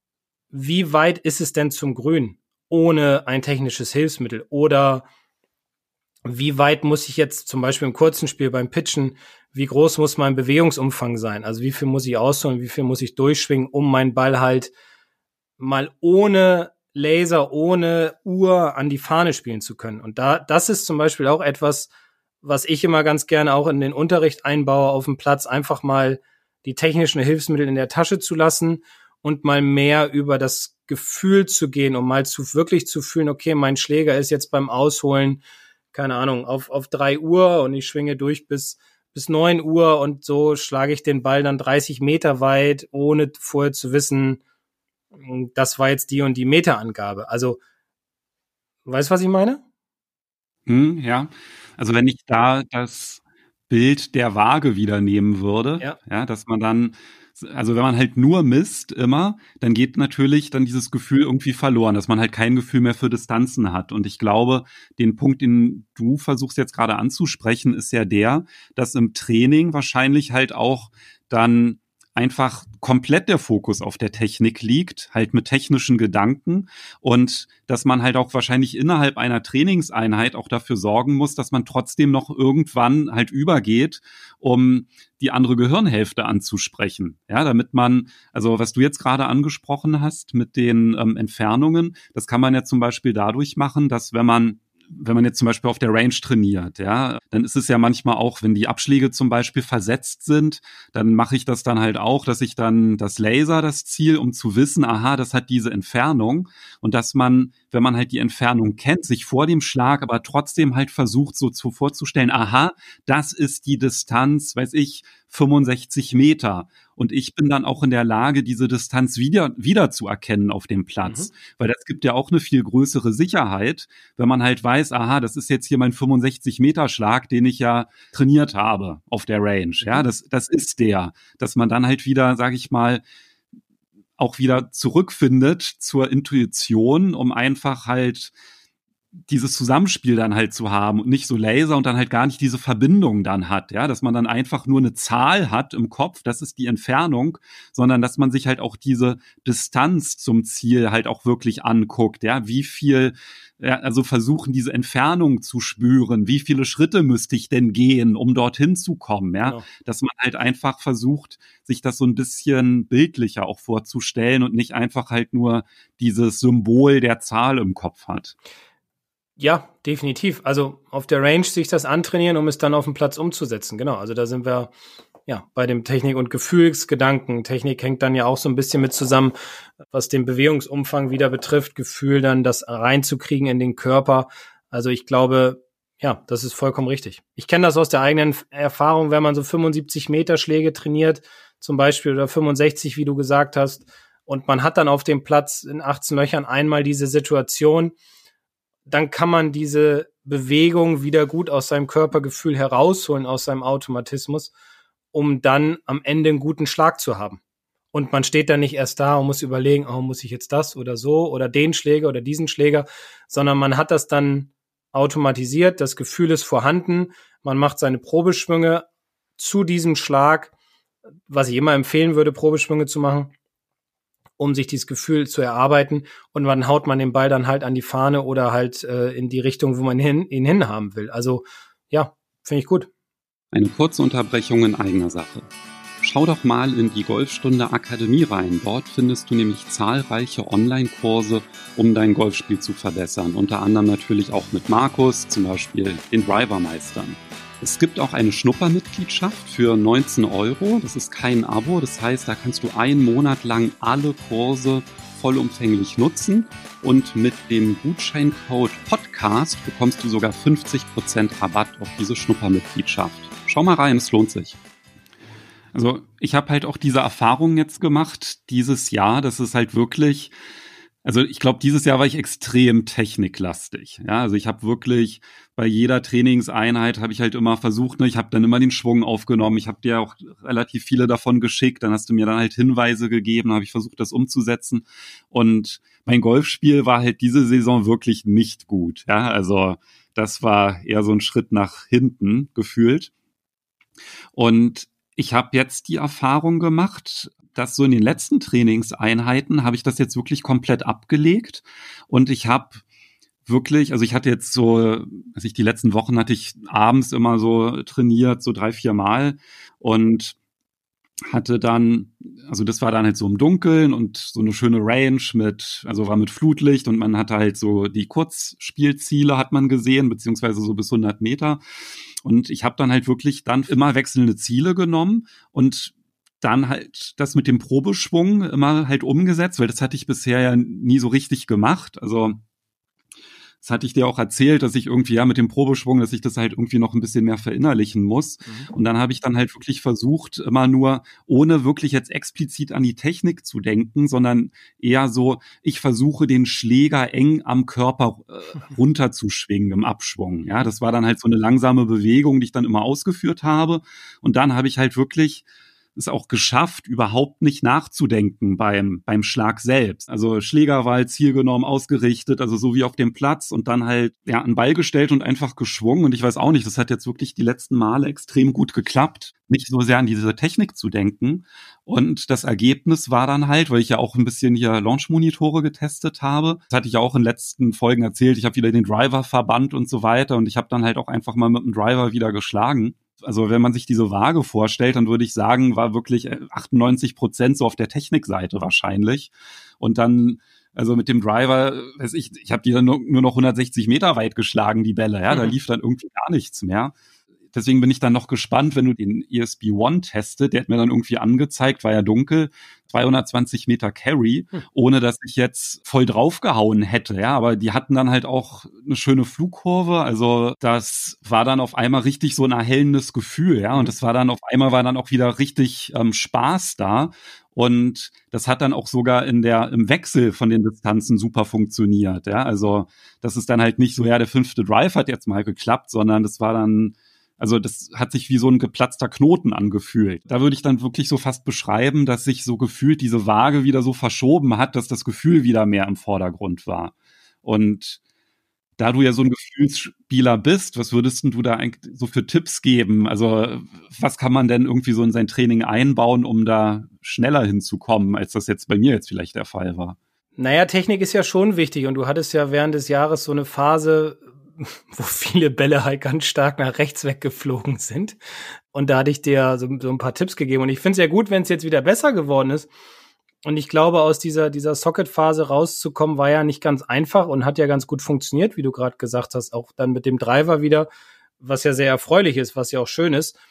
wie weit ist es denn zum Grün ohne ein technisches Hilfsmittel oder wie weit muss ich jetzt zum Beispiel im kurzen Spiel beim Pitchen, wie groß muss mein Bewegungsumfang sein? Also wie viel muss ich ausholen, wie viel muss ich durchschwingen, um meinen Ball halt mal ohne Laser, ohne Uhr an die Fahne spielen zu können. Und da, das ist zum Beispiel auch etwas, was ich immer ganz gerne auch in den Unterricht einbaue auf dem Platz, einfach mal die technischen Hilfsmittel in der Tasche zu lassen und mal mehr über das Gefühl zu gehen, um mal zu wirklich zu fühlen, okay, mein Schläger ist jetzt beim Ausholen, keine Ahnung, auf auf drei Uhr und ich schwinge durch bis bis neun Uhr und so schlage ich den Ball dann dreißig Meter weit, ohne vorher zu wissen, das war jetzt die und die Meterangabe. Also, weißt du, was ich meine? Hm, ja, also wenn ich da das Bild der Waage wieder nehmen würde, Ja. ja, dass man dann, also wenn man halt nur misst immer, dann geht natürlich dann dieses Gefühl irgendwie verloren, dass man halt kein Gefühl mehr für Distanzen hat. Und ich glaube, den Punkt, den du versuchst jetzt gerade anzusprechen, ist ja der, dass im Training wahrscheinlich halt auch dann einfach komplett der Fokus auf der Technik liegt, halt mit technischen Gedanken, und dass man halt auch wahrscheinlich innerhalb einer Trainingseinheit auch dafür sorgen muss, dass man trotzdem noch irgendwann halt übergeht, um die andere Gehirnhälfte anzusprechen. Ja, damit man, also was du jetzt gerade angesprochen hast mit den ähm, Entfernungen, das kann man ja zum Beispiel dadurch machen, dass wenn man wenn man jetzt zum Beispiel auf der Range trainiert, ja, dann ist es ja manchmal auch, wenn die Abschläge zum Beispiel versetzt sind, dann mache ich das dann halt auch, dass ich dann das Laser, das Ziel, um zu wissen, aha, das hat diese Entfernung, und dass man, wenn man halt die Entfernung kennt, sich vor dem Schlag aber trotzdem halt versucht, so zu vorzustellen, aha, das ist die Distanz, weiß ich, fünfundsechzig Meter. Und ich bin dann auch in der Lage, diese Distanz wieder, wieder zu erkennen auf dem Platz. Mhm. Weil das gibt ja auch eine viel größere Sicherheit, wenn man halt weiß, aha, das ist jetzt hier mein fünfundsechzig Meter Schlag, den ich ja trainiert habe auf der Range. Ja, das, das ist der. Dass man dann halt wieder, sag ich mal, auch wieder zurückfindet zur Intuition, um einfach halt dieses Zusammenspiel dann halt zu haben und nicht so Laser und dann halt gar nicht diese Verbindung dann hat, ja, dass man dann einfach nur eine Zahl hat im Kopf, das ist die Entfernung, sondern dass man sich halt auch diese Distanz zum Ziel halt auch wirklich anguckt, ja, wie viel, ja, also versuchen diese Entfernung zu spüren, wie viele Schritte müsste ich denn gehen, um dorthin zu kommen, ja, genau. Dass man halt einfach versucht, sich das so ein bisschen bildlicher auch vorzustellen und nicht einfach halt nur dieses Symbol der Zahl im Kopf hat. Ja, definitiv. Also auf der Range sich das antrainieren, um es dann auf dem Platz umzusetzen. Genau, also da sind wir ja bei dem Technik- und Gefühlsgedanken. Technik hängt dann ja auch so ein bisschen mit zusammen, was den Bewegungsumfang wieder betrifft, Gefühl dann das reinzukriegen in den Körper. Also ich glaube, ja, das ist vollkommen richtig. Ich kenne das aus der eigenen Erfahrung, wenn man so fünfundsiebzig Meter Schläge trainiert, zum Beispiel, oder fünfundsechzig, wie du gesagt hast, und man hat dann auf dem Platz in achtzehn Löchern einmal diese Situation, dann kann man diese Bewegung wieder gut aus seinem Körpergefühl herausholen, aus seinem Automatismus, um dann am Ende einen guten Schlag zu haben. Und man steht dann nicht erst da und muss überlegen, oh, muss ich jetzt das oder so oder den Schläger oder diesen Schläger, sondern man hat das dann automatisiert, das Gefühl ist vorhanden, man macht seine Probeschwünge zu diesem Schlag, was ich immer empfehlen würde, Probeschwünge zu machen, um sich dieses Gefühl zu erarbeiten, und wann haut man den Ball dann halt an die Fahne oder halt äh, in die Richtung, wo man hin, ihn hinhaben will. Also ja, finde ich gut. Eine kurze Unterbrechung in eigener Sache. Schau doch mal in die Golfstunde Akademie rein. Dort findest du nämlich zahlreiche Online-Kurse, um dein Golfspiel zu verbessern. Unter anderem natürlich auch mit Markus, zum Beispiel den Driver meistern. Es gibt auch eine Schnuppermitgliedschaft für neunzehn Euro. Das ist kein Abo. Das heißt, da kannst du einen Monat lang alle Kurse vollumfänglich nutzen. Und mit dem Gutscheincode Podcast bekommst du sogar fünfzig Prozent Rabatt auf diese Schnuppermitgliedschaft. Schau mal rein, es lohnt sich. Also ich habe halt auch diese Erfahrung jetzt gemacht dieses Jahr, dass es halt wirklich, also ich glaube, dieses Jahr war ich extrem techniklastig. Ja, also ich habe wirklich bei jeder Trainingseinheit habe ich halt immer versucht, ne, ich habe dann immer den Schwung aufgenommen. Ich habe dir auch relativ viele davon geschickt. Dann hast du mir dann halt Hinweise gegeben, habe ich versucht, das umzusetzen. Und mein Golfspiel war halt diese Saison wirklich nicht gut. Ja, also das war eher so ein Schritt nach hinten gefühlt. Und ich habe jetzt die Erfahrung gemacht, dass so in den letzten Trainingseinheiten habe ich das jetzt wirklich komplett abgelegt und ich habe wirklich, also ich hatte jetzt so, also ich die letzten Wochen hatte ich abends immer so trainiert, so drei, vier Mal und hatte dann, also das war dann halt so im Dunkeln und so eine schöne Range mit, also war mit Flutlicht und man hatte halt so die Kurzspielziele hat man gesehen, beziehungsweise so bis hundert Meter. Und ich habe dann halt wirklich dann immer wechselnde Ziele genommen und dann halt das mit dem Probeschwung immer halt umgesetzt, weil das hatte ich bisher ja nie so richtig gemacht. Also das hatte ich dir auch erzählt, dass ich irgendwie ja mit dem Probeschwung, dass ich das halt irgendwie noch ein bisschen mehr verinnerlichen muss. Mhm. Und dann habe ich dann halt wirklich versucht, immer nur, ohne wirklich jetzt explizit an die Technik zu denken, sondern eher so, ich versuche den Schläger eng am Körper äh, runterzuschwingen im Abschwung. Ja, das war dann halt so eine langsame Bewegung, die ich dann immer ausgeführt habe. Und dann habe ich halt wirklich es auch geschafft, überhaupt nicht nachzudenken beim beim Schlag selbst. Also Schlägerwahl zielgenommen, ausgerichtet, also so wie auf dem Platz und dann halt ja einen Ball gestellt und einfach geschwungen. Und ich weiß auch nicht, das hat jetzt wirklich die letzten Male extrem gut geklappt, nicht so sehr an diese Technik zu denken. Und das Ergebnis war dann halt, weil ich ja auch ein bisschen hier Launch-Monitore getestet habe, das hatte ich ja auch in den letzten Folgen erzählt, ich habe wieder den Driver verbannt und so weiter und ich habe dann halt auch einfach mal mit dem Driver wieder geschlagen. Also wenn man sich diese Waage vorstellt, dann würde ich sagen, war wirklich achtundneunzig Prozent so auf der Technikseite wahrscheinlich. Und dann, also mit dem Driver, weiß ich, ich habe die dann nur, nur noch hundertsechzig Meter weit geschlagen, die Bälle. Ja, da lief dann irgendwie gar nichts mehr. Deswegen bin ich dann noch gespannt, wenn du den E S P One testet. Der hat mir dann irgendwie angezeigt, war ja dunkel, zweihundertzwanzig Meter Carry, hm. ohne dass ich jetzt voll draufgehauen hätte. Ja, aber die hatten dann halt auch eine schöne Flugkurve. Also das war dann auf einmal richtig so ein erhellendes Gefühl. Ja, und das war dann auf einmal war dann auch wieder richtig ähm, Spaß da. Und das hat dann auch sogar in der im Wechsel von den Distanzen super funktioniert. Ja, also das ist dann halt nicht so, ja, der fünfte Drive hat jetzt mal geklappt, sondern das war dann Also das hat sich wie so ein geplatzter Knoten angefühlt. Da würde ich dann wirklich so fast beschreiben, dass sich so gefühlt diese Waage wieder so verschoben hat, dass das Gefühl wieder mehr im Vordergrund war. Und da du ja so ein Gefühlsspieler bist, was würdest denn du da eigentlich so für Tipps geben? Also was kann man denn irgendwie so in sein Training einbauen, um da schneller hinzukommen, als das jetzt bei mir jetzt vielleicht der Fall war? Naja, Technik ist ja schon wichtig und du hattest ja während des Jahres so eine Phase, wo viele Bälle halt ganz stark nach rechts weggeflogen sind. Und da hatte ich dir so, so ein paar Tipps gegeben. Und ich finde es ja gut, wenn es jetzt wieder besser geworden ist. Und ich glaube, aus dieser, dieser Socket-Phase rauszukommen, war ja nicht ganz einfach und hat ja ganz gut funktioniert, wie du gerade gesagt hast, auch dann mit dem Driver wieder, was ja sehr erfreulich ist, was ja auch schön ist.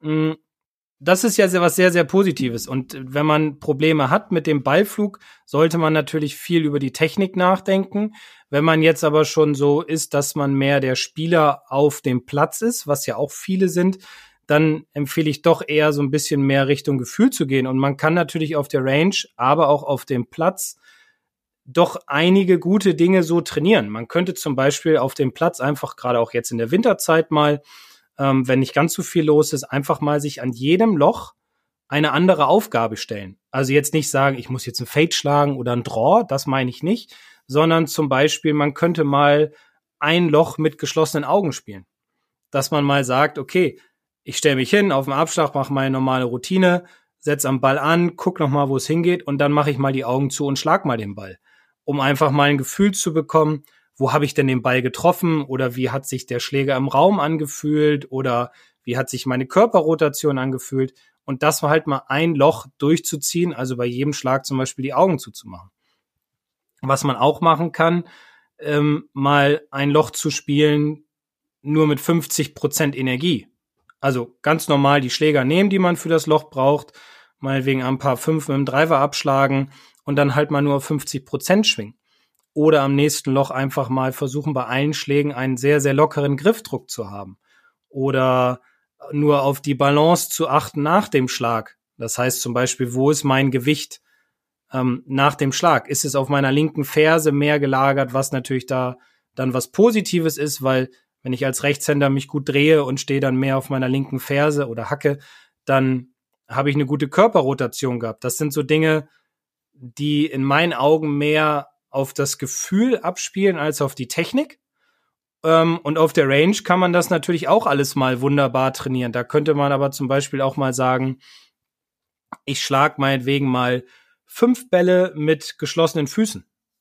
Das ist ja sehr, was sehr, sehr Positives. Und wenn man Probleme hat mit dem Ballflug, sollte man natürlich viel über die Technik nachdenken. Wenn man jetzt aber schon so ist, dass man mehr der Spieler auf dem Platz ist, was ja auch viele sind, dann empfehle ich doch eher so ein bisschen mehr Richtung Gefühl zu gehen. Und man kann natürlich auf der Range, aber auch auf dem Platz doch einige gute Dinge so trainieren. Man könnte zum Beispiel auf dem Platz einfach, gerade auch jetzt in der Winterzeit mal, ähm, wenn nicht ganz so viel los ist, einfach mal sich an jedem Loch eine andere Aufgabe stellen. Also jetzt nicht sagen, ich muss jetzt ein Fade schlagen oder ein Draw, das meine ich nicht, sondern zum Beispiel, man könnte mal ein Loch mit geschlossenen Augen spielen. Dass man mal sagt, okay, ich stelle mich hin auf dem Abschlag, mache meine normale Routine, setze am Ball an, guck noch mal, wo es hingeht und dann mache ich mal die Augen zu und schlag mal den Ball, um einfach mal ein Gefühl zu bekommen, wo habe ich denn den Ball getroffen oder wie hat sich der Schläger im Raum angefühlt oder wie hat sich meine Körperrotation angefühlt und das war halt mal ein Loch durchzuziehen, also bei jedem Schlag zum Beispiel die Augen zuzumachen. Was man auch machen kann, ähm, mal ein Loch zu spielen, nur mit fünfzig Prozent Energie. Also ganz normal die Schläger nehmen, die man für das Loch braucht, meinetwegen ein paar fünf mit dem Driver abschlagen und dann halt mal nur fünfzig Prozent schwingen. Oder am nächsten Loch einfach mal versuchen, bei allen Schlägen einen sehr, sehr lockeren Griffdruck zu haben. Oder nur auf die Balance zu achten nach dem Schlag. Das heißt zum Beispiel, wo ist mein Gewicht ähm, nach dem Schlag? Ist es auf meiner linken Ferse mehr gelagert, was natürlich da dann was Positives ist, weil wenn ich als Rechtshänder mich gut drehe und stehe dann mehr auf meiner linken Ferse oder hacke, dann habe ich eine gute Körperrotation gehabt. Das sind so Dinge, die in meinen Augen mehr auf das Gefühl abspielen als auf die Technik. Ähm, und auf der Range kann man das natürlich auch alles mal wunderbar trainieren. Da könnte man aber zum Beispiel auch mal sagen, ich schlage meinetwegen mal fünf Bälle mit geschlossenen Füßen.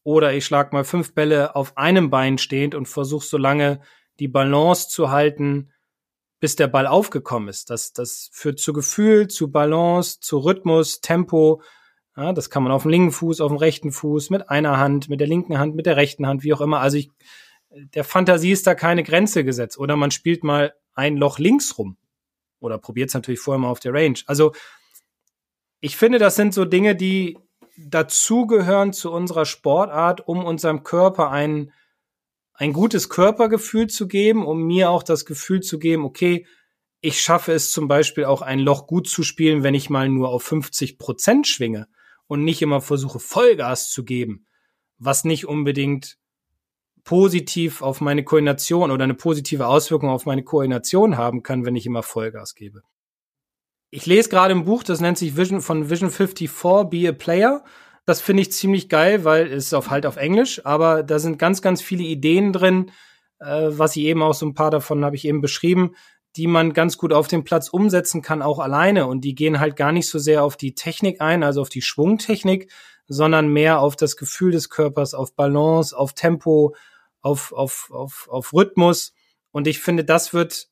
oder ich schlag mal fünf Bälle auf einem Bein stehend und versuche so lange die Balance zu halten, bis der Ball aufgekommen ist. Das, das führt zu Gefühl, zu Balance, zu Rhythmus, Tempo. Ja, das kann man auf dem linken Fuß, auf dem rechten Fuß, mit einer Hand, mit der linken Hand, mit der rechten Hand, wie auch immer. Also ich, der Fantasie ist da keine Grenze gesetzt. Oder man spielt mal ein Loch links rum. Oder probiert es natürlich vorher mal auf der Range. Also ich finde, das sind so Dinge, die dazugehören zu unserer Sportart, um unserem Körper ein ein gutes Körpergefühl zu geben, um mir auch das Gefühl zu geben, okay, ich schaffe es zum Beispiel auch ein Loch gut zu spielen, wenn ich mal nur auf fünfzig Prozent schwinge und nicht immer versuche, Vollgas zu geben, was nicht unbedingt positiv auf meine Koordination oder eine positive Auswirkung auf meine Koordination haben kann, wenn ich immer Vollgas gebe. Ich lese gerade ein Buch, das nennt sich Vision von Vision fünfundfünfzig, Be a Player. Das finde ich ziemlich geil, weil es ist auf, halt auf Englisch, aber da sind ganz, ganz viele Ideen drin, äh, was ich eben auch so ein paar davon habe ich eben beschrieben, die man ganz gut auf dem Platz umsetzen kann, auch alleine. Und die gehen halt gar nicht so sehr auf die Technik ein, also auf die Schwungtechnik, sondern mehr auf das Gefühl des Körpers, auf Balance, auf Tempo, auf, auf, auf, auf Rhythmus. Und ich finde, das wird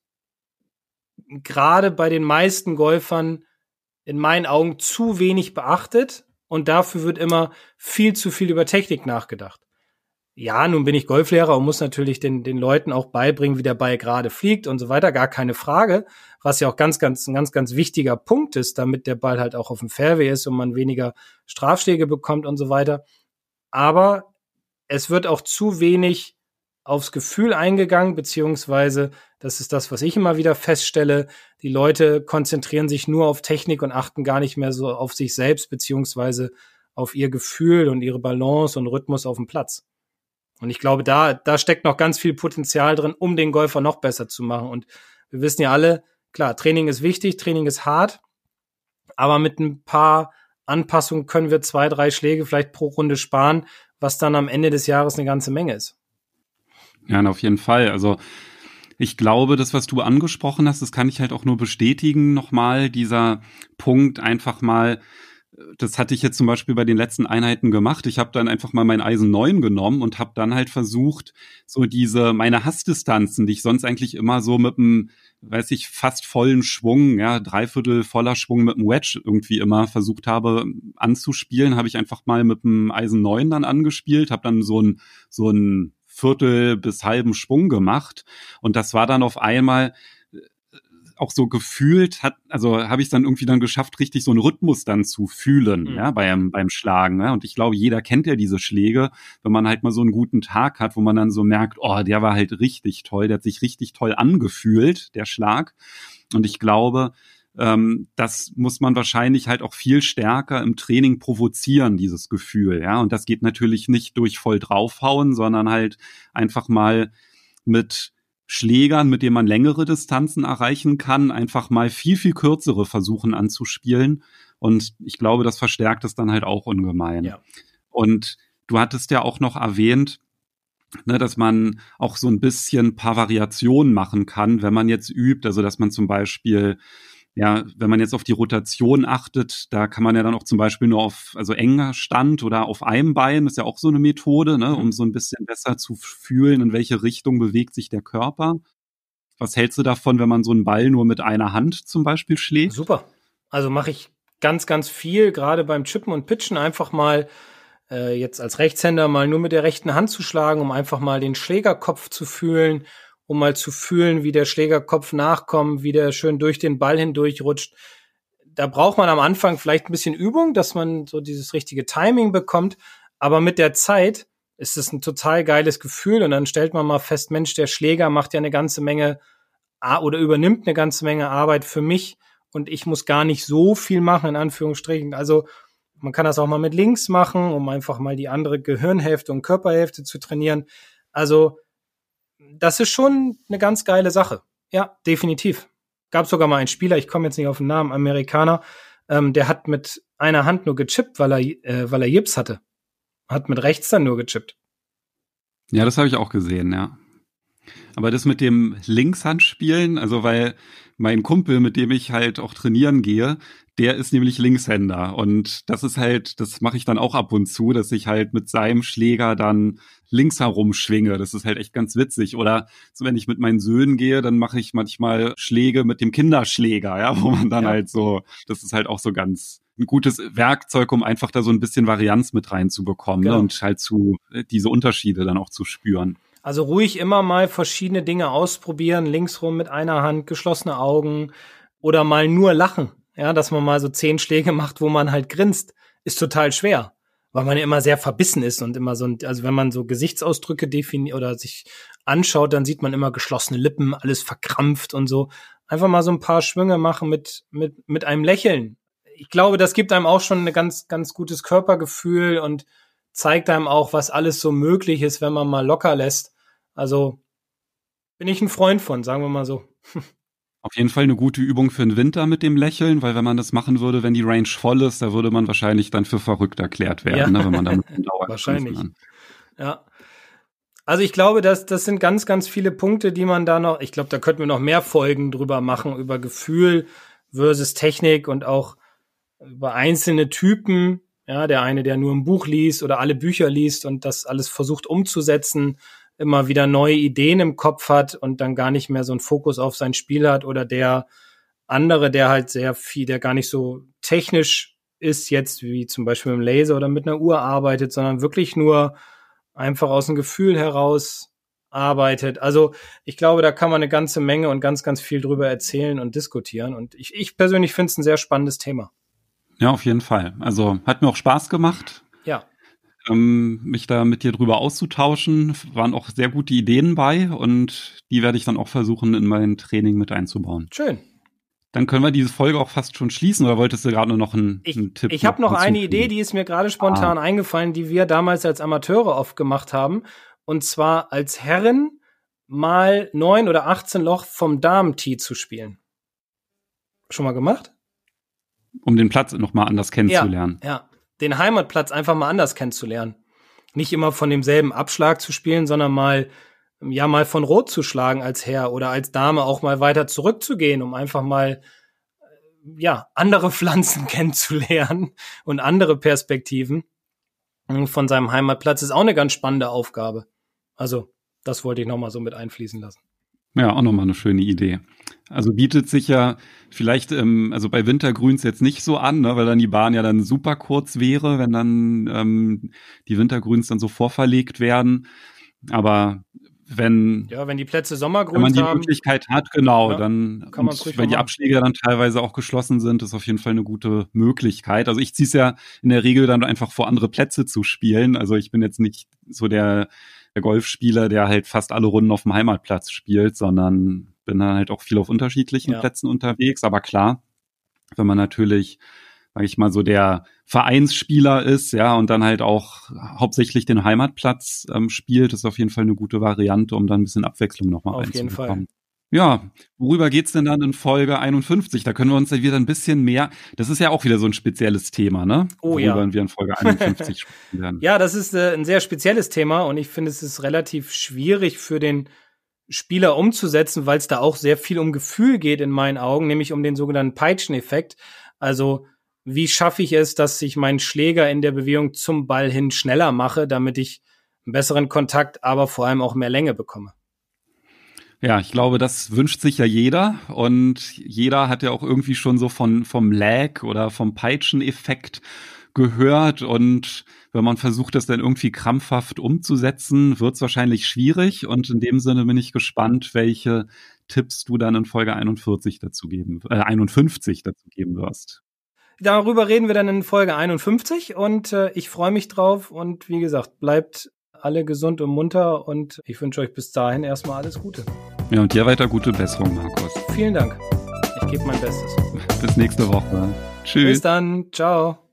gerade bei den meisten Golfern in meinen Augen zu wenig beachtet. Und dafür wird immer viel zu viel über Technik nachgedacht. Ja, nun bin ich Golflehrer und muss natürlich den, den Leuten auch beibringen, wie der Ball gerade fliegt und so weiter, gar keine Frage. Was ja auch ganz, ganz, ein ganz, ganz wichtiger Punkt ist, damit der Ball halt auch auf dem Fairway ist und man weniger Strafschläge bekommt und so weiter. Aber es wird auch zu wenig aufs Gefühl eingegangen, beziehungsweise, das ist das, was ich immer wieder feststelle, die Leute konzentrieren sich nur auf Technik und achten gar nicht mehr so auf sich selbst, beziehungsweise auf ihr Gefühl und ihre Balance und Rhythmus auf dem Platz. Und ich glaube, da, da steckt noch ganz viel Potenzial drin, um den Golfer noch besser zu machen. Und wir wissen ja alle, klar, Training ist wichtig, Training ist hart, aber mit ein paar Anpassungen können wir zwei, drei Schläge vielleicht pro Runde sparen, was dann am Ende des Jahres eine ganze Menge ist. Ja, auf jeden Fall. Also ich glaube, das, was du angesprochen hast, das kann ich halt auch nur bestätigen. Nochmal dieser Punkt einfach mal, das hatte ich jetzt zum Beispiel bei den letzten Einheiten gemacht. Ich habe dann einfach mal mein Eisen neun genommen und habe dann halt versucht, so diese, meine Hassdistanzen, die ich sonst eigentlich immer so mit einem, weiß ich, fast vollen Schwung, ja, dreiviertel voller Schwung mit dem Wedge irgendwie immer versucht habe anzuspielen, habe ich einfach mal mit dem Eisen neun dann angespielt, habe dann so ein, so ein Viertel bis halben Schwung gemacht und das war dann auf einmal auch so gefühlt, hat, also habe ich dann irgendwie dann geschafft, richtig so einen Rhythmus dann zu fühlen, mhm. ja, beim beim Schlagen, ne? Und ich glaube, jeder kennt ja diese Schläge, wenn man halt mal so einen guten Tag hat, wo man dann so merkt, oh, der war halt richtig toll, der hat sich richtig toll angefühlt, der Schlag. Und ich glaube, ähm, das muss man wahrscheinlich halt auch viel stärker im Training provozieren, dieses Gefühl, ja. Und das geht natürlich nicht durch voll draufhauen, sondern halt einfach mal mit Schlägern, mit denen man längere Distanzen erreichen kann, einfach mal viel, viel kürzere versuchen anzuspielen. Und ich glaube, das verstärkt es dann halt auch ungemein. Ja. Und du hattest ja auch noch erwähnt, ne, dass man auch so ein bisschen ein paar Variationen machen kann, wenn man jetzt übt. Also, dass man zum Beispiel, ja, wenn man jetzt auf die Rotation achtet, da kann man ja dann auch zum Beispiel nur auf, also enger Stand oder auf einem Bein, ist ja auch so eine Methode, ne, um so ein bisschen besser zu fühlen, in welche Richtung bewegt sich der Körper. Was hältst du davon, wenn man so einen Ball nur mit einer Hand zum Beispiel schlägt? Super. Also mache ich ganz, ganz viel, gerade beim Chippen und Pitchen, einfach mal äh, jetzt als Rechtshänder mal nur mit der rechten Hand zu schlagen, um einfach mal den Schlägerkopf zu fühlen, um mal zu fühlen, wie der Schlägerkopf nachkommt, wie der schön durch den Ball hindurch rutscht. Da braucht man am Anfang vielleicht ein bisschen Übung, dass man so dieses richtige Timing bekommt. Aber mit der Zeit ist es ein total geiles Gefühl. Und dann stellt man mal fest, Mensch, der Schläger macht ja eine ganze Menge oder übernimmt eine ganze Menge Arbeit für mich. Und ich muss gar nicht so viel machen, in Anführungsstrichen. Also man kann das auch mal mit links machen, um einfach mal die andere Gehirnhälfte und Körperhälfte zu trainieren. Also das ist schon eine ganz geile Sache. Ja, definitiv. Gab sogar mal einen Spieler, ich komme jetzt nicht auf den Namen, Amerikaner, ähm, der hat mit einer Hand nur gechippt, weil er, äh, weil er Gips hatte. Hat mit rechts dann nur gechippt. Ja, das habe ich auch gesehen, ja. Aber das mit dem Linkshandspielen, also weil mein Kumpel, mit dem ich halt auch trainieren gehe, der ist nämlich Linkshänder und das ist halt, das mache ich dann auch ab und zu, dass ich halt mit seinem Schläger dann links herumschwinge. Das ist halt echt ganz witzig. Oder so, wenn ich mit meinen Söhnen gehe, dann mache ich manchmal Schläge mit dem Kinderschläger, ja, wo man dann ja. halt so, das ist halt auch so ganz ein gutes Werkzeug, um einfach da so ein bisschen Varianz mit reinzubekommen, genau. ne, und halt zu diese Unterschiede dann auch zu spüren. Also ruhig immer mal verschiedene Dinge ausprobieren, linksrum mit einer Hand, geschlossene Augen oder mal nur lachen. Ja, dass man mal so zehn Schläge macht, wo man halt grinst, ist total schwer, weil man ja immer sehr verbissen ist und immer so, ein, also wenn man so Gesichtsausdrücke definiert oder sich anschaut, dann sieht man immer geschlossene Lippen, alles verkrampft und so. Einfach mal so ein paar Schwünge machen mit mit mit einem Lächeln. Ich glaube, das gibt einem auch schon ein ganz ganz gutes Körpergefühl und zeigt einem auch, was alles so möglich ist, wenn man mal locker lässt. Also bin ich ein Freund von, sagen wir mal so. Auf jeden Fall eine gute Übung für den Winter mit dem Lächeln, weil wenn man das machen würde, wenn die Range voll ist, da würde man wahrscheinlich dann für verrückt erklärt werden, ja. ne, wenn man dann dauert. Wahrscheinlich. Ja. Also ich glaube, dass das sind ganz, ganz viele Punkte, die man da noch, ich glaube, da könnten wir noch mehr Folgen drüber machen, über Gefühl versus Technik und auch über einzelne Typen. Ja, der eine, der nur ein Buch liest oder alle Bücher liest und das alles versucht umzusetzen, immer wieder neue Ideen im Kopf hat und dann gar nicht mehr so einen Fokus auf sein Spiel hat, oder der andere, der halt sehr viel, der gar nicht so technisch ist jetzt, wie zum Beispiel mit dem Laser oder mit einer Uhr arbeitet, sondern wirklich nur einfach aus dem Gefühl heraus arbeitet. Also ich glaube, da kann man eine ganze Menge und ganz, ganz viel drüber erzählen und diskutieren und ich, ich persönlich finde es ein sehr spannendes Thema. Ja, auf jeden Fall. Also hat mir auch Spaß gemacht. Ja. Ähm, mich da mit dir drüber auszutauschen, waren auch sehr gute Ideen bei und die werde ich dann auch versuchen, in mein Training mit einzubauen. Schön. Dann können wir diese Folge auch fast schon schließen, oder wolltest du gerade nur noch einen, ich, einen Tipp? Ich habe noch eine Idee, die ist mir gerade spontan ah. eingefallen, die wir damals als Amateure oft gemacht haben. Und zwar als Herren mal neun oder achtzehn Loch vom Damen-Tee zu spielen. Schon mal gemacht? Um den Platz noch mal anders kennenzulernen. Ja, ja, den Heimatplatz einfach mal anders kennenzulernen. Nicht immer von demselben Abschlag zu spielen, sondern mal ja mal von Rot zu schlagen als Herr oder als Dame auch mal weiter zurückzugehen, um einfach mal ja andere Pflanzen kennenzulernen und andere Perspektiven von seinem Heimatplatz. Ist auch eine ganz spannende Aufgabe. Also das wollte ich noch mal so mit einfließen lassen. Ja, auch nochmal eine schöne Idee. Also bietet sich ja vielleicht, ähm, also bei Wintergrüns jetzt nicht so an, ne, weil dann die Bahn ja dann super kurz wäre, wenn dann ähm, die Wintergrüns dann so vorverlegt werden. Aber wenn ja, wenn die Plätze Sommergrüns wenn man die haben, Möglichkeit hat, genau, ja, dann kann und wenn die Abschläge dann teilweise auch geschlossen sind, ist auf jeden Fall eine gute Möglichkeit. Also ich ziehe es ja in der Regel dann einfach vor, andere Plätze zu spielen. Also ich bin jetzt nicht so der der Golfspieler, der halt fast alle Runden auf dem Heimatplatz spielt, sondern bin dann halt auch viel auf unterschiedlichen ja. Plätzen unterwegs. Aber klar, wenn man natürlich, sag ich mal, so der Vereinsspieler ist, ja, und dann halt auch hauptsächlich den Heimatplatz ähm, spielt, ist auf jeden Fall eine gute Variante, um dann ein bisschen Abwechslung nochmal reinzubekommen. Auf jeden Fall. Ja, worüber geht's denn dann in Folge einundfünfzig? Da können wir uns ja wieder ein bisschen mehr, das ist ja auch wieder so ein spezielles Thema, ne? Oh ja. Worüber wir in Folge einundfünfzig sprechen werden. Ja, das ist äh, ein sehr spezielles Thema und ich finde, es ist relativ schwierig für den Spieler umzusetzen, weil es da auch sehr viel um Gefühl geht in meinen Augen, nämlich um den sogenannten Peitscheneffekt. Also wie schaffe ich es, dass ich meinen Schläger in der Bewegung zum Ball hin schneller mache, damit ich einen besseren Kontakt, aber vor allem auch mehr Länge bekomme? Ja, ich glaube, das wünscht sich ja jeder und jeder hat ja auch irgendwie schon so von vom Lag oder vom Peitscheneffekt gehört und wenn man versucht, das dann irgendwie krampfhaft umzusetzen, wird es wahrscheinlich schwierig und in dem Sinne bin ich gespannt, welche Tipps du dann in Folge einundvierzig dazu geben, äh, einundfünfzig dazu geben wirst. Darüber reden wir dann in Folge einundfünfzig und äh, ich freue mich drauf und wie gesagt, bleibt alle gesund und munter und ich wünsche euch bis dahin erstmal alles Gute. Ja, und dir weiter gute Besserung, Markus. Vielen Dank. Ich gebe mein Bestes. Bis nächste Woche. Tschüss. Bis dann. Ciao.